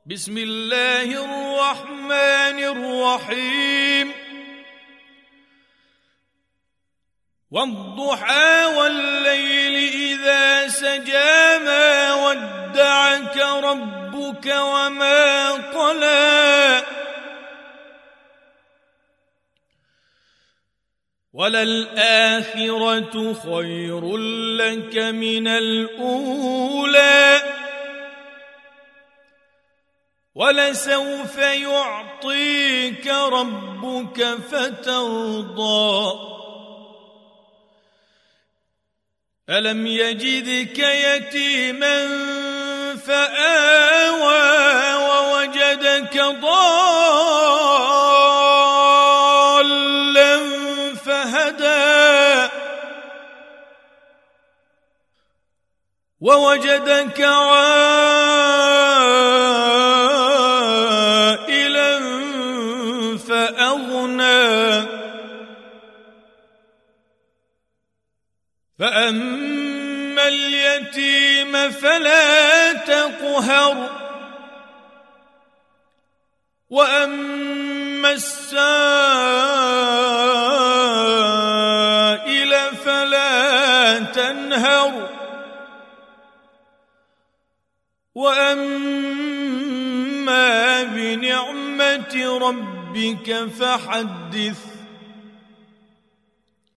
بسم الله الرحمن الرحيم والضحى والليل إذا سجى ما ودعك ربك وما قلى وللآخرة خير لك من الأولى ولسوف يعطيك ربك فترضى ألم يجدك يتيما فآوى ووجدك ضالا فهدى ووجدك عائلا فأغنى فأما اليتيم فلا تقهر وأما السائل فلا تنهر وأما بنعمة ربك فحدث